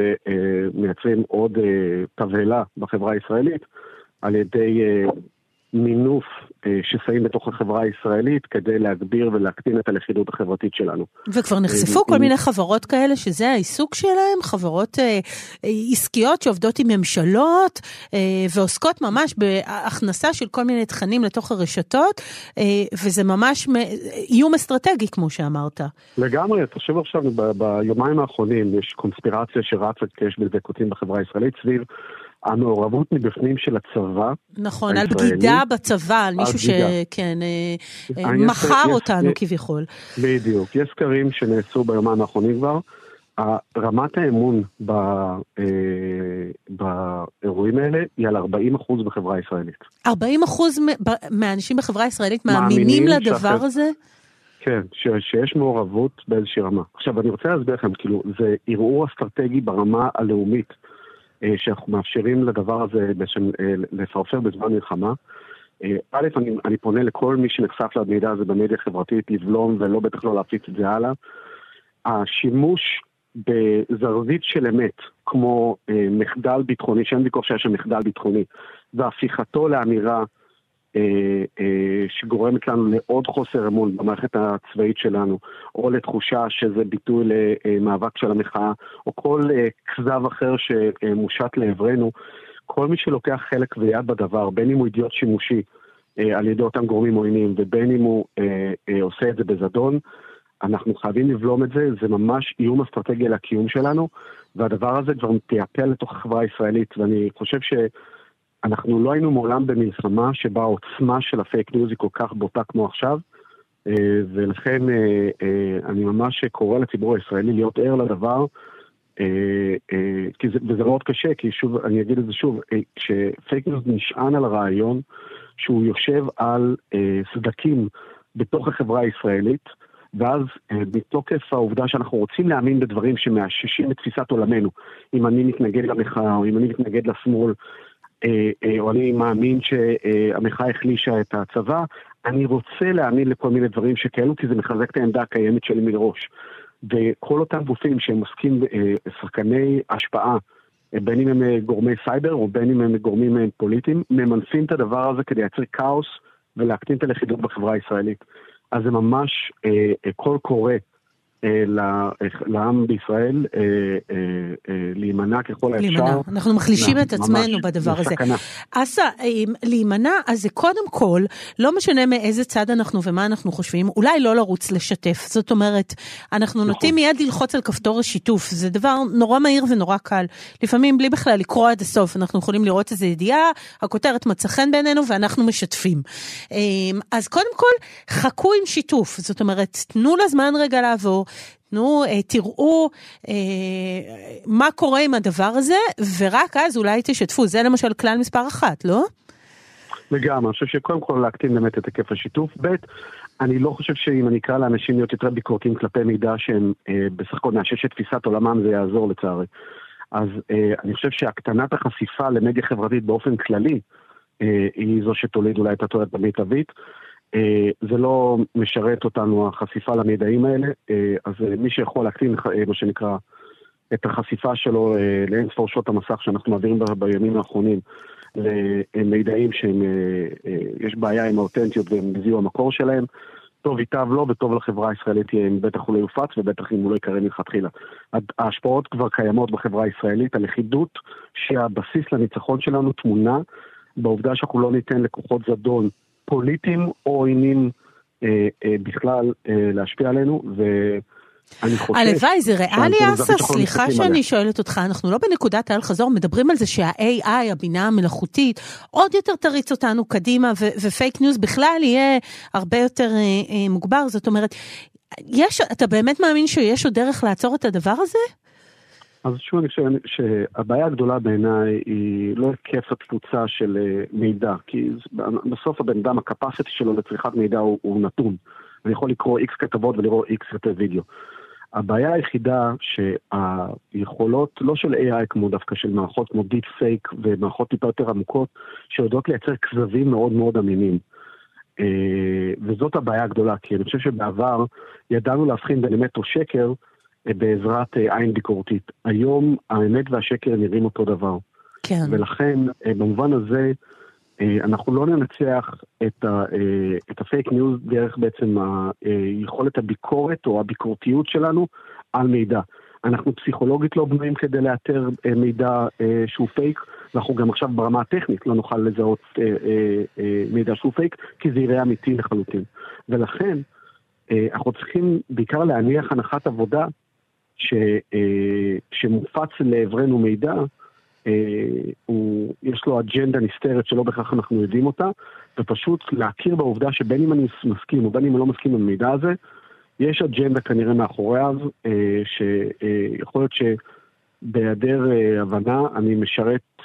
E: שמייצרים עוד תבהלה בחברה הישראלית על ידי מינוף שסעים בתוך החברה הישראלית כדי להגביר ולהקטין את הלכידות החברתית שלנו.
B: וכבר נחשפו כל מיני חברות כאלה שזה העיסוק שלהם, חברות עסקיות שעובדות עם ממשלות ועוסקות ממש בהכנסה של כל מיני תכנים לתוך הרשתות, וזה ממש איום אסטרטגי כמו שאמרת.
E: לגמרי, תחשב עכשיו ביומיים האחרונים יש קונספירציה שרצת יש בדקותים בחברה הישראלית סביב המעורבות מבפנים של הצבא.
B: נכון, על בגידה בצבא, על מישהו שכן, מחר אותנו כביכול.
E: בדיוק, יש סקרים שנעשו ביומיים האחרונים כבר, רמת האמון באירועים האלה היא על 40% בחברה הישראלית. 40%
B: מהאנשים בחברה הישראלית מאמינים לדבר הזה?
E: כן, שיש מעורבות באיזושהי רמה. עכשיו, אני רוצה להסביר לכם, כאילו, זה ערעור אסטרטגי ברמה הלאומית, שאנחנו מאפשרים לדבר הזה לפרפר בזמן מלחמה. א', אני פונה לכל מי שנחשף למידע הזה במדיה חברתית, לבלום ולא בטח לא להפיץ את זה הלאה. השימוש בזרזית של אמת, כמו מחדל ביטחוני, שאין ויכוח שיש שם מחדל ביטחוני, והפיכתו לאמירה שגורמת לנו לעוד חוסר אמון במערכת הצבאית שלנו, או לתחושה שזה ביטוי למאבק של המחאה, או כל כזב אחר שמושט לעברנו, כל מי שלוקח חלק ויד בדבר, בין אם הוא אידיוט שימושי על ידי אותם גורמים עוינים, ובין אם הוא עושה את זה בזדון, אנחנו חייבים לבלום את זה, זה ממש איום אסטרטגי לקיום שלנו, והדבר הזה כבר מפייפל לתוך החברה הישראלית, ואני חושב אנחנו לא היינו מעולם במלחמה שבה העוצמה של הפייק ניוז היא כל כך בוטה כמו עכשיו, ולכן אני ממש קורא לציבור הישראלי להיות ער לדבר, וזה מאוד קשה, כי שוב, אני אגיד את זה שוב, כשפייק ניוז נשען על הרעיון שהוא יושב על סדקים בתוך החברה הישראלית, ואז בתוקף העובדה שאנחנו רוצים להאמין בדברים שמאששים את תפיסת עולמנו, אם אני מתנגד למחאה, או אם אני מתנגד לשמאל, או אני מאמין שהמחאה החלישה את הצבא, אני רוצה להאמין לכל מיני דברים שכאלו, כי זה מחזק את העמדה הקיימת שלי מראש. וכל אותם גופים שהם עוסקים שחקני השפעה, בין אם הם גורמי סייבר, או בין אם הם גורמים פוליטיים, ממנפים את הדבר הזה כדי לייצר כאוס, ולהקטין את הלכידות בחברה הישראלית. אז זה ממש קול קורא לעם בישראל להימנע ככל האפשר.
B: אנחנו מחלישים את עצמנו בדבר הזה. אסה, להימנע, אז זה קודם כל, לא משנה מאיזה צד אנחנו ומה אנחנו חושבים, אולי לא לרוץ לשתף. זאת אומרת, אנחנו נוטים מיד ללחוץ על כפתור השיתוף. זה דבר נורא מהיר ונורא קל. לפעמים בלי בכלל לקרוא עד הסוף, אנחנו יכולים לראות איזו ידיעה, הכותרת מצא חן בינינו ואנחנו משתפים. אז קודם כל, חכו עם שיתוף. זאת אומרת, תנו לזמן רגע לעבור, תראו מה קורה עם הדבר הזה, ורק אז אולי תשתפו. זה למשל כלל מספר 1, לא?
E: לגמרי, אני חושב שקודם כל להקטין באמת את היקף השיתוף. ב', אני לא חושב שאם אני אקרא לאנשים להיות יותר ביקורתיים כלפי מידע שהם בסך הכל מאשש את תפיסת עולמם, זה יעזור לצערי. אז אני חושב שהקטנת החשיפה למדיה חברתית באופן כללי, היא זו שתוליד אולי את התועלת המיטבית. זה לא משרת אותנו החשיפה למידעים האלה, אז מי שיכול להקטין מה שנקרא את החשיפה שלו לאין ספור שעות המסך שאנחנו מעבירים בימים האחרונים למידעים שיש בעיה עם האותנטיות ומזיהו המקור שלהם, טוב ייטב לו וטוב לחברה הישראלית אם בטח הוא לא יופץ ובטח אם הוא לא יקרא מלכתחילה. ההשפעות כבר קיימות בחברה הישראלית, הלכידות שהבסיס לניצחון שלנו תמונה בעובדה שאנחנו לא ניתן לכוחות זדון פוליטיים או עוינים בכלל להשפיע עלינו, ואני חושב...
B: הלוואי, זה ריאלי אסה? סליחה שאני שואלת אותך, אנחנו לא בנקודת האל חזור, מדברים על זה שה-AI, הבינה המלאכותית, עוד יותר תריץ אותנו קדימה, ופייק ניוז בכלל יהיה הרבה יותר מוגבר, זאת אומרת, אתה באמת מאמין שיש עוד דרך לעצור את הדבר הזה?
E: אז שוב אני חושב שהבעיה הגדולה בעיניי היא לא היקף התפוצה של מידע, כי בסוף הבן אדם, הקפסיטי שלו לצריכת מידע הוא נתון. אני יכול לקרוא X כתבות ולראות X יותר וידאו. הבעיה היחידה שהיכולות, לא של AI כמו דווקא של מערכות כמו דיפ פייק ומערכות טיפה יותר עמוקות, שיודעות לייצר כזבים מאוד מאוד אמינים. וזאת הבעיה הגדולה, כי אני חושב שבעבר ידענו להבחין בין אמת או שקר, בעזרת עין ביקורתית. היום האמת והשקר נראים אותו דבר.
B: כן.
E: ולכן, במובן הזה, אנחנו לא ננצח את הפייק ניוז דרך בעצם יכולת הביקורת או הביקורתיות שלנו על מידע. אנחנו פסיכולוגית לא בנויים כדי לאתר מידע שהוא פייק, ואנחנו גם עכשיו ברמה הטכנית לא נוכל לזהות מידע שהוא פייק, כי זה יראה אמיתי לחלוטין. ולכן אנחנו צריכים בעיקר להניח הנחת עבודה שמופץ לעברנו מידע, יש לו אג'נדה נסתרת שלא בכך אנחנו יודעים אותה, ופשוט להכיר בעובדה שבין אם אני מסכים או בין אם אני לא מסכים עם המידע הזה, יש אג'נדה כנראה מאחוריו, שיכול להיות שבהיעדר הבנה אני משרת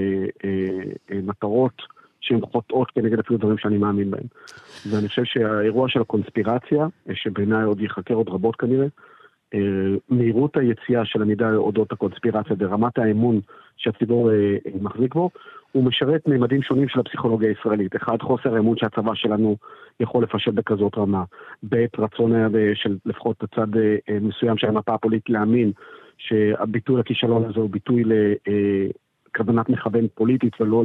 E: מטרות שהן חוטאות כנגד אפילו דברים שאני מאמין בהם. ואני חושב שהאירוע של הקונספירציה, שבעיניי עוד יחקר עוד רבות כנראה, מהירות היציאה של המידע אודות הקונספירציה ברמת האמון שהציבור מחזיק בו, הוא משרת ממדים שונים של הפסיכולוגיה הישראלית. אחד, חוסר האמון שהצבא שלנו יכול לפשט בכזאת רמה. ב', רצון של לפחות הצד מסוים של המפה הפוליטית להאמין שהביטוי הכישלון הזה הוא ביטוי לכוונת מכוון פוליטית ולא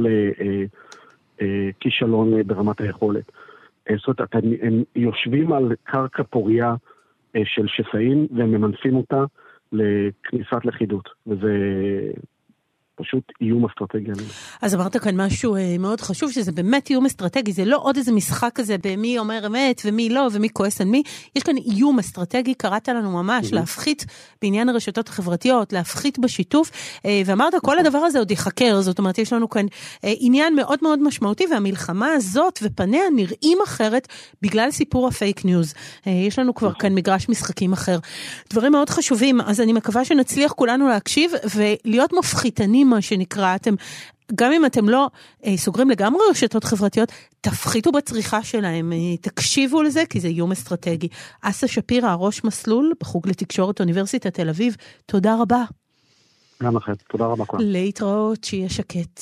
E: לכישלון ברמת היכולת. זאת אומרת, הם יושבים על קרקע פוריה של שסעים, והם ממנפים אותה לכניסת לכידות, וזה פשוט איום אסטרטגי.
B: אז אמרת כאן משהו מאוד חשוב, שזה באמת איום אסטרטגי, זה לא עוד איזה משחק כזה במי אומר אמת ומי לא ומי כועס על מי, יש כאן איום אסטרטגי, קראת לנו ממש להפחית בעניין הרשתות החברתיות, להפחית בשיתוף, ואמרת כל הדבר הזה עוד יחקר, זאת אומרת יש לנו כאן עניין מאוד מאוד משמעותי, והמלחמה הזאת ופניה נראים אחרת בגלל סיפור הפייק ניוז. יש לנו כבר כאן מגרש משחקים אחר. דברים מאוד חשובים, אז אני מקווה שנצליח כולנו להקשיב ולהיות מפחיתנים מה שנקרא, גם אם אתם לא סוגרים לגמרי רשתות חברתיות, תפחיתו בצריכה שלהם, תקשיבו לזה, כי זה איום אסטרטגי. אסא שפירא, ראש מסלול בחוג לתקשורת אוניברסיטת תל אביב, תודה רבה.
E: גם לכם, תודה רבה.
B: להתראות, שיהיה שקט.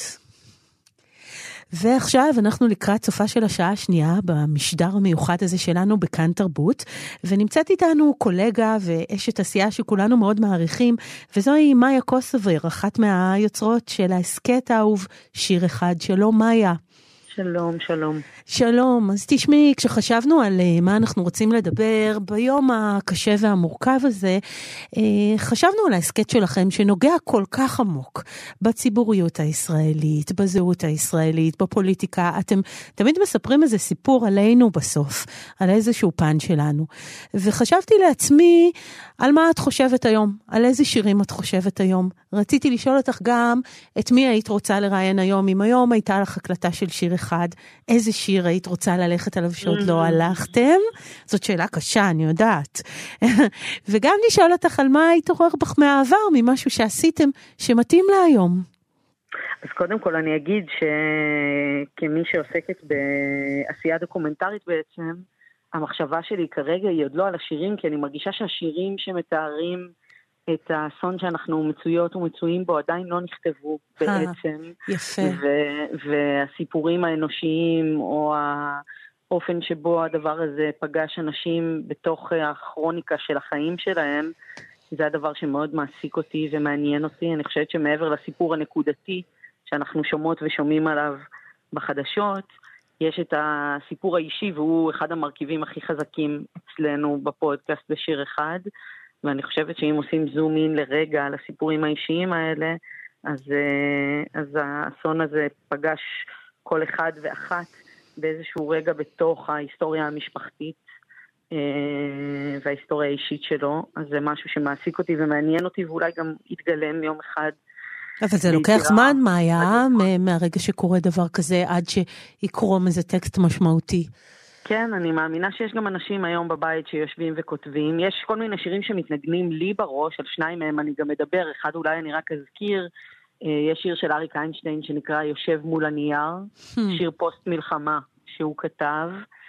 B: ועכשיו אנחנו לקראת סופה של השעה השנייה במשדר המיוחד הזה שלנו בכאן תרבות, ונמצאת איתנו קולגה ואשת עשייה שכולנו מאוד מעריכים, וזוהי מאיה קוסובר, אחת מהיוצרות של ההסקט האהוב שיר אחד. שלום מאיה.
F: שלום, שלום.
B: שלום, אז תשמעי, כשחשבנו על מה אנחנו רוצים לדבר ביום הקשה והמורכב הזה, חשבנו על ההסקט שלכם שנוגע כל כך עמוק בציבוריות הישראלית, בזהות הישראלית, בפוליטיקה. אתם תמיד מספרים איזה סיפור עלינו בסוף, על איזשהו פן שלנו. וחשבתי לעצמי, על מה את חושבת היום? על איזה שירים את חושבת היום? רציתי לשאול אותך גם את מי היית רוצה לראיין היום, אם היום הייתה לך הקלטה של שיר אחד, איזה שיר היית רוצה ללכת עליו שעוד לא הלכתם? זאת שאלה קשה, אני יודעת. וגם לשאול אותך על מה התעורר בך מהעבר, ממשהו שעשיתם שמתאים להיום.
F: אז קודם כל אני אגיד שכמי שעוסקת בעשייה דוקומנטרית בעצם, המחשבה שלי כרגע היא עוד לא על השירים, כי אני מרגישה שהשירים שמתארים את האסון שאנחנו מצויות ומצויים בו עדיין לא נכתבו בעצם.
B: יפה.
F: והסיפורים האנושיים או האופן שבו הדבר הזה פגש אנשים בתוך הכרוניקה של החיים שלהם, זה הדבר שמאוד מעסיק אותי ומעניין אותי. אני חושבת שמעבר לסיפור הנקודתי שאנחנו שומעות ושומעים עליו בחדשות, יש את הסיפור האישי, והוא אחד המרכיבים הכי חזקים אצלנו בפודקאסט בשיר אחד, ואני חושבת שאם עושים זום אין לרגע על הסיפורים האישיים האלה, אז האסון הזה פגש כל אחד ואחת באיזשהו רגע בתוך ההיסטוריה המשפחתית וההיסטוריה האישית שלו. אז זה משהו שמעסיק אותי ומעניין אותי, ואולי גם יתגלם יום אחד.
B: אבל זה לוקח זמן, מאיה, מהרגע שקורה דבר כזה עד שיקרום איזה טקסט משמעותי.
F: כן, אני מאמינה שיש גם אנשים היום בבית שיושבים וכותבים. יש כל מיני שירים שמתנגנים לי בראש, על שניים מהם אני גם מדבר. אחד אולי אני רק אזכיר, יש שיר של אריק איינשטיין שנקרא יושב מול הנייר, שיר פוסט מלחמה שהוא כתב.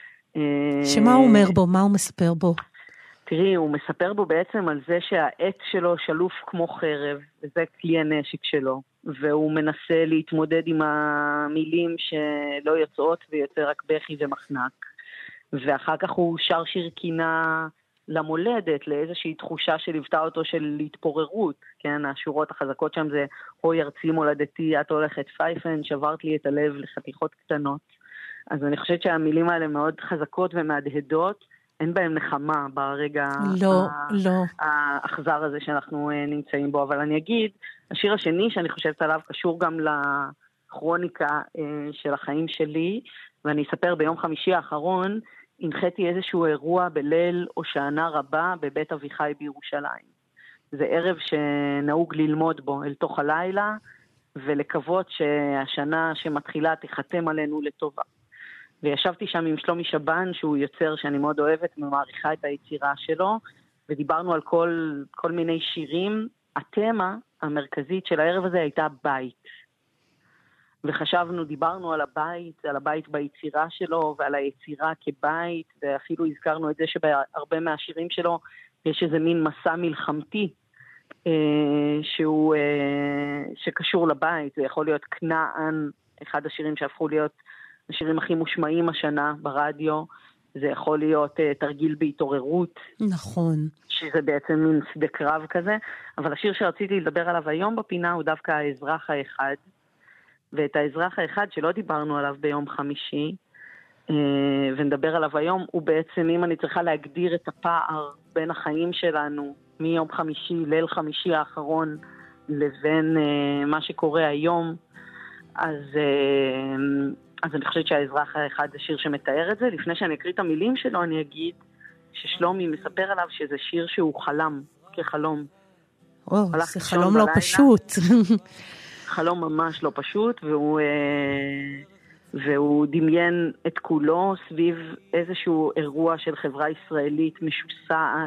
B: שמה הוא אומר בו? מה הוא מספר בו?
F: תראי, הוא מספר בו בעצם על זה שהעט שלו שלוף כמו חרב, וזה כלי הנשק שלו, והוא מנסה להתמודד עם המילים שלא יוצאות ויוצא רק בכי ומחנק. ואחר כך הוא שר שיר קינה למולדת, לאיזושהי תחושה שליוותה אותו של התפוררות, כן? השורות החזקות שם זה, אוי ארצי מולדתי, את הולכת פייפן, שברת לי את הלב לחתיכות קטנות. אז אני חושבת שהמילים האלה מאוד חזקות ומהדהדות, אין בהם נחמה ברגע האכזר הזה שאנחנו נמצאים בו. אבל אני אגיד, השיר השני שאני חושבת עליו קשור גם לכרוניקה של החיים שלי, ואני אספר ביום חמישי האחרון, הנחיתי איזשהו אירוע בליל הושענא רבה בבית אביחי בירושלים. זה ערב שנהוג ללמוד בו אל תוך הלילה, ולקוות שהשנה שמתחילה תחתם עלינו לטובה. וישבתי שם עם שלומי שבן, שהוא יוצר שאני מאוד אוהבת ומעריכה את היצירה שלו, ודיברנו על כל מיני שירים. התמה המרכזית של הערב הזה הייתה בית. וחשבנו, דיברנו על הבית ביצירה שלו, ועל היצירה כבית, ואפילו הזכרנו את זה שבהרבה מהשירים שלו יש איזה מין מסע מלחמתי, שקשור לבית. זה יכול להיות כנען, אחד השירים שהפכו להיות השירים הכי מושמעים השנה ברדיו, זה יכול להיות תרגיל בהתעוררות.
B: נכון.
F: שזה בעצם מין שדה קרב כזה, אבל השיר שרציתי לדבר עליו היום בפינה הוא דווקא האזרח האחד, ואת האזרח האחד שלא דיברנו עליו ביום חמישי, ונדבר עליו היום, הוא בעצם, אם אני צריכה להגדיר את הפער בין החיים שלנו, מיום חמישי, ליל חמישי האחרון, לבין מה שקורה היום, אז אני חושבת שהאזרח האחד זה שיר שמתאר את זה. לפני שאני אקריא את המילים שלו, אני אגיד ששלומי מספר עליו שזה שיר שהוא חלם, כחלום.
B: זה חלום לא פשוט.
F: חלום ממש לא פשוט, והוא דמיין את כולו סביב איזשהו אירוע של חברה ישראלית משוסעת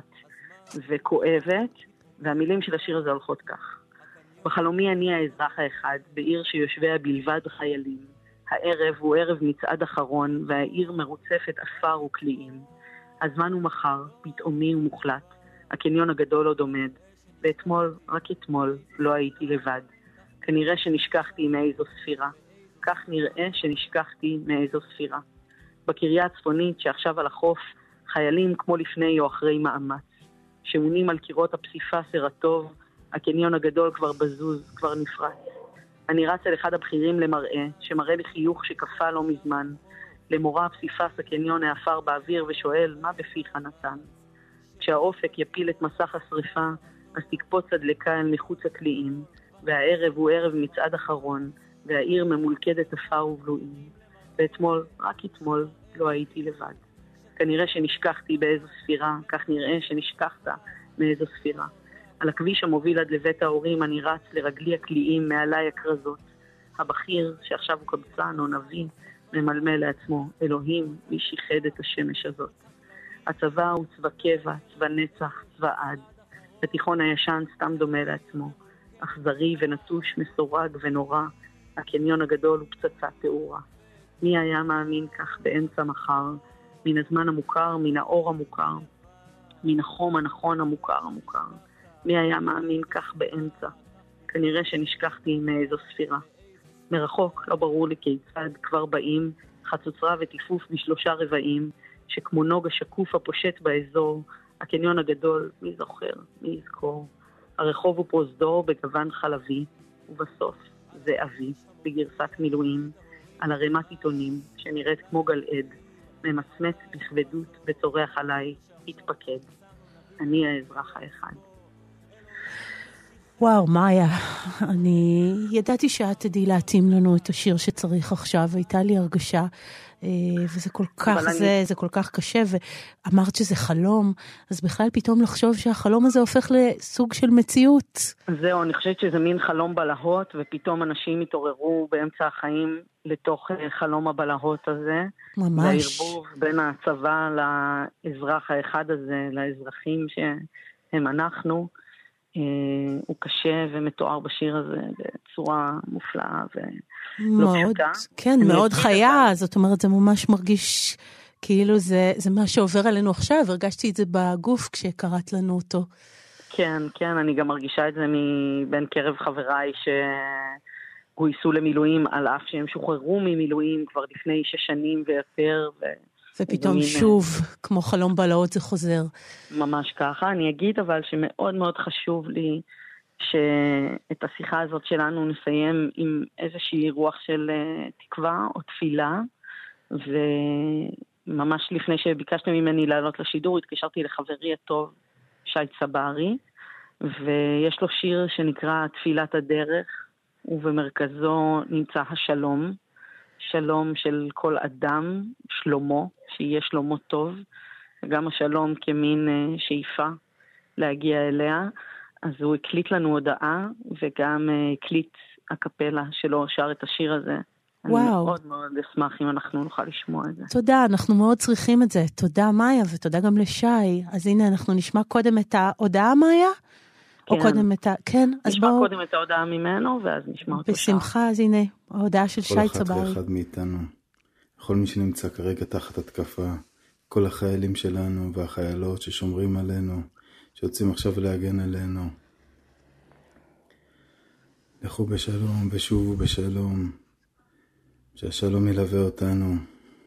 F: וכואבת, והמילים של השיר הזה הולכות כך. בחלומי אני האזרח האחד, בעיר שיושביה בלבד חיילים. הערב הוא ערב מצעד אחרון, והעיר מרוצפת אפר וקליעים. הזמן הוא מחר, פתאומי ומוחלט. הקניון הגדול עוד עומד. ואתמול, רק אתמול, לא הייתי לבד. כנראה שנשכחתי מאיזו ספירה. כך נראה שנשכחתי מאיזו ספירה. בקריה הצפונית שעכשיו על החוף, חיילים כמו לפני או אחרי מאמץ. שמונים על קירות הפסיפס הרטוב, הקניון הגדול כבר בזוז, כבר נפרץ. אני רץ אל אחד הבכירים למראה, שמראה לי חיוך שקפה לא מזמן. למורה הפסיפס הקניון האפר באוויר ושואל, מה בפיך נתן? כשהאופק יפיל את מסך השריפה, אז תקפוץ הדלקה אל מחוץ הקליעים, והערב הוא ערב מצעד אחרון, והעיר ממולכדת אפר ובלועים. ואתמול, רק אתמול, לא הייתי לבד. כנראה שנשכחתי באיזו ספירה, כך נראה שנשכחת מאיזו ספירה. על הכביש המוביל עד לבית ההורים אני רץ לרגלי הקליעים מעליי הקרזות. הבכיר, שעכשיו הוא קבצן או נביא, ממלמל לעצמו, אלוהים, מי שיחד את השמש הזאת. הצבא הוא צבא קבע, צבא נצח, צבא עד. התיכון הישן סתם דומה לעצמו. אכזרי ונטוש, מסורג ונורא, הקניון הגדול הוא פצצת תאורה. מי היה מאמין כך באמצע מחר, מן הזמן המוכר, מן האור המוכר, מן החום הנכון המוכר. מי היה מאמין כך באמצע? כנראה שנשכחתי מאיזו ספירה. מרחוק, לא ברור לי כיצד, כבר באים, חצוצרה וטיפוף בשלושה רבעים, שכמו נוג השקוף הפושט באזור, הקניון הגדול, מי זוכר, מי יזכור. הרחוב הוא פרוזדור בגוון חלבי, ובסוף זה אבי, בגרסת מילואים, על הרמת עיתונים, שנראית כמו גלעד, ממצמץ בכבדות וצורח עליי, התפקד. אני האזרח האחד.
B: וואו, מאיה, אני ידעתי שאת תדעי להתאים לנו את השיר שצריך עכשיו, הייתה לי הרגשה, וזה כל כך זה כל כך קשה, ואמרת שזה חלום, אז בכלל פתאום לחשוב שהחלום הזה הופך לסוג של מציאות.
F: זהו, אני חושבת שזה מין חלום בלהות, ופתאום אנשים התעוררו באמצע החיים לתוך חלום הבלהות הזה.
B: ממש.
F: והערבוב בין הצבא לאזרח האחד הזה, לאזרחים שהם אנחנו, הוא קשה ומתואר בשיר הזה בצורה מופלאה ולא פשוטה.
B: כן, מאוד חיה, זאת אומרת, זה ממש מרגיש כאילו זה מה שעובר עלינו עכשיו, הרגשתי את זה בגוף כשקראת לנו אותו.
F: כן, כן, אני גם מרגישה את זה מבין קרב חבריי שגויסו למילואים, על אף שהם שוחררו ממילואים כבר לפני 6 שנים ויותר,
B: ופתאום שוב, כמו חלום בלהות זה חוזר.
F: ממש ככה. אני אגיד אבל שמאוד מאוד חשוב לי שאת השיחה הזאת שלנו נסיים עם איזושהי רוח של תקווה או תפילה, וממש לפני שביקשתם ממני לעלות לשידור, התקשרתי לחברי הטוב שי צברי, ויש לו שיר שנקרא תפילת הדרך, ובמרכזו נמצא השלום, שלום של כל אדם, שלומו, שיהיה שלומו טוב, וגם השלום כמין שאיפה להגיע אליה. אז הוא הקליט לנו הודעה, וגם הקליט הקפלה שלו שר את השיר הזה.
B: וואו.
F: אני מאוד מאוד אשמח אם אנחנו נוכל לשמוע את זה.
B: תודה, אנחנו מאוד צריכים את זה. תודה מאיה, ותודה גם לשי. אז הנה, אנחנו נשמע קודם את ההודעה, מאיה?
F: כן.
B: או קודם את כן, אז
F: נשמע
B: בואו...
F: קודם את ההודעה ממנו, ואז נשמע אותו שם.
B: בשמחה, אז הנה, ההודעה של שי צברי.
G: כל אחד ואחד מאיתנו, כל מי שנמצא כרגע תחת התקפה, כל החיילים שלנו והחיילות ששומרים עלינו, שיוצאים עכשיו להגן עלינו. לכו בשלום ושובו בשלום, שהשלום ילווה אותנו.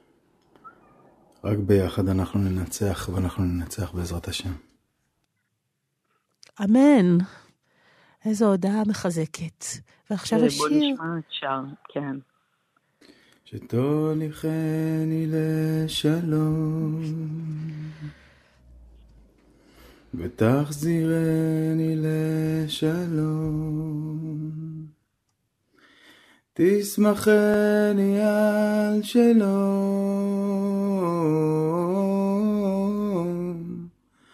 G: רק ביחד אנחנו ננצח, ואנחנו ננצח בעזרת השם.
B: אמן. איזו הודעה מחזקת. ועכשיו השיר.
F: בוא נשמע את שר, כן.
G: שתוליכני לשלום, ותחזירני לשלום, תשמחני על שלום,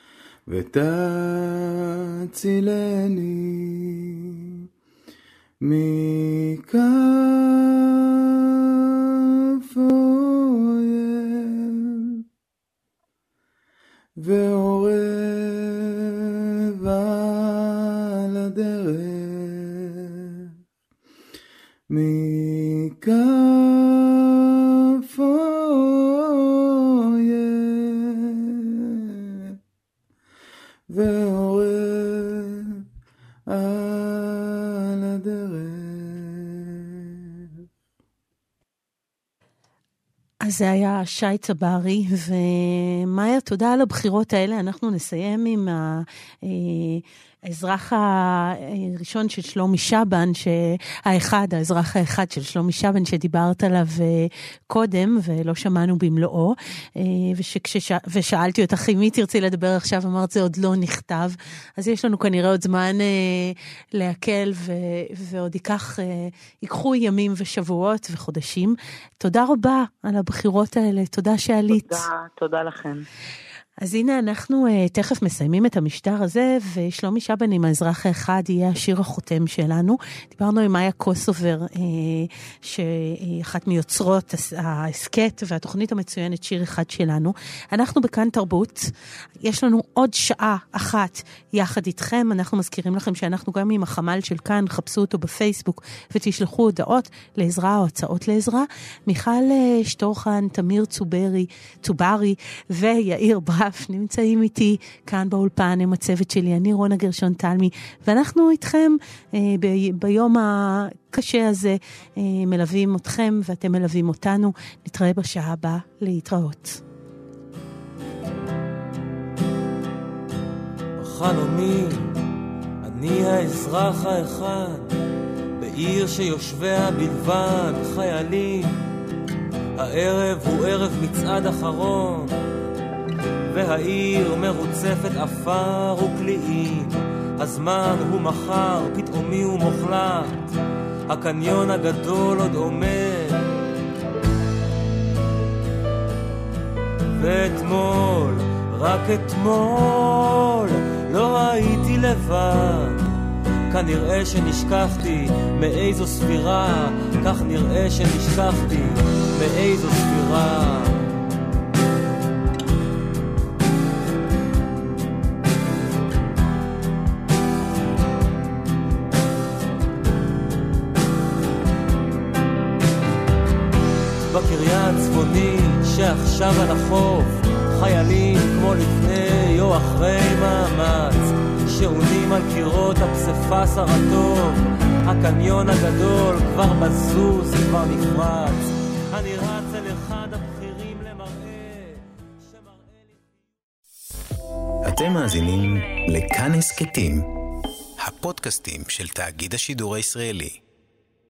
G: ותצילני מכף אויב, ועורב על הדרך, מכף אויב, ועורב על הדרך.
B: אז זה היה שי צברי, ומאיה, תודה על הבחירות האלה. אנחנו נסיים עם האזרח הראשון של שלומי שבן, האזרח האחד של שלומי שבן שדיברת עליו קודם, ולא שמענו במלואו, ושאלתי אותך אם מי תרצי לדבר עכשיו, אמרת זה עוד לא נכתב, אז יש לנו כנראה עוד זמן להקל, ועוד ייקחו ימים ושבועות וחודשים. תודה רבה על הבחירות האלה, תודה שעלית.
F: תודה לכם.
B: אז הנה אנחנו תכף מסיימים את המשדר הזה, ושלומי שבן עם האזרח האחד יהיה השיר החותם שלנו. דיברנו עם מאיה קוסובר, שהיא אחת מיוצרות העסקת והתוכנית המצוינת שיר אחד שלנו. אנחנו בכאן תרבות, יש לנו עוד שעה אחת יחד איתכם. אנחנו מזכירים לכם שאנחנו גם עם החמ"ל של כאן, חפשו אותו בפייסבוק ותשלחו הודעות לעזרה או הצעות לעזרה. מיכל שטורחן, תמיר צוברי ויאיר ברף נמצאים איתי כאן באולפן עם הצוות שלי, אני רונה גרשון תלמי, ואנחנו איתכם ביום הקשה הזה, מלווים אתכם ואתם מלווים אותנו. נתראה בשעה הבאה, להתראות.
H: בחלומי אני האזרח האחד, בעיר שיושביה בלבד חיילים. הערב הוא ערב מצעד אחרון, והעיר מרוצפת אפר וקליעים. הזמן הוא מחר, פתאומי ומוחלט, הקניון הגדול עוד עומד. ואתמול, רק אתמול, לא הייתי לבד. כנראה שנשכחתי מאיזו ספירה, כך נראה שנשכחתי מאיזו ספירה. בקריה הצפונית שעכשיו על החוף, חיילים כמו לפני או אחרי מאמץ, שעונים על קירות הפספס הרטוב. הקניון הגדול כבר בזוז, כבר נפרץ. אני רץ אל אחד הבחירים למראה,
A: אתם מאזינים לכאן הסכתים, הפודקאסטים של תאגיד השידור הישראלי.